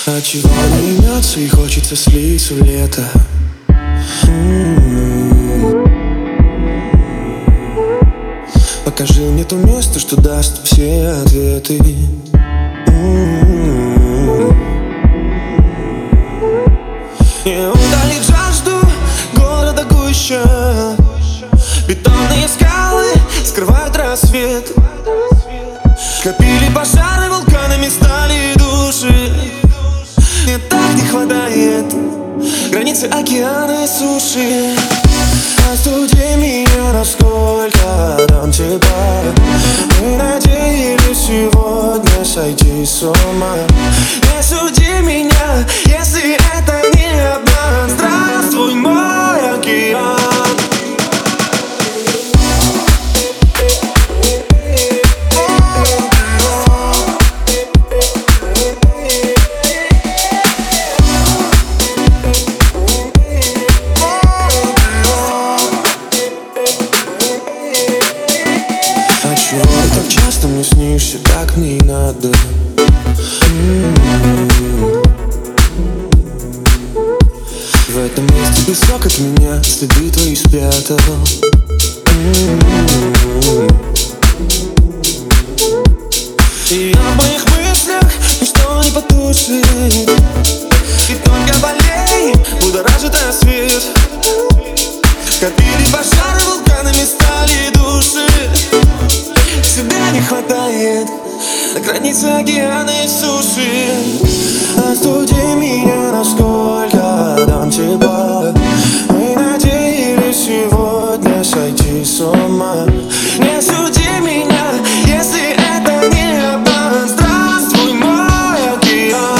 А чего не имется и хочется слиться в лето. Покажи мне то место, что даст все ответы. Не удалить жажду города гуща. Бетонные скалы скрывают рассвет. Копили пожары, вулканами стали души. Мне так не хватает границы океана и суши. Остуди меня, насколько дам тепла. Мы надеялись сегодня сойти с ума. Не суди меня, если это не обман. Здравствуй, мой океан. Чего ты так часто мне снишься, так мне и надо. В этом месте песок от меня, следы твои спрятал. И в моих мыслях ничто не потушит. И только болей будоражит рассвет. Копили пожары, вулканами стали души. Тебя не хватает на границе океана и суши. Остуди меня, насколько дам тепла. Мы надеялись сегодня сойти с ума. Не суди меня, если это не обман. Здравствуй, мой океан.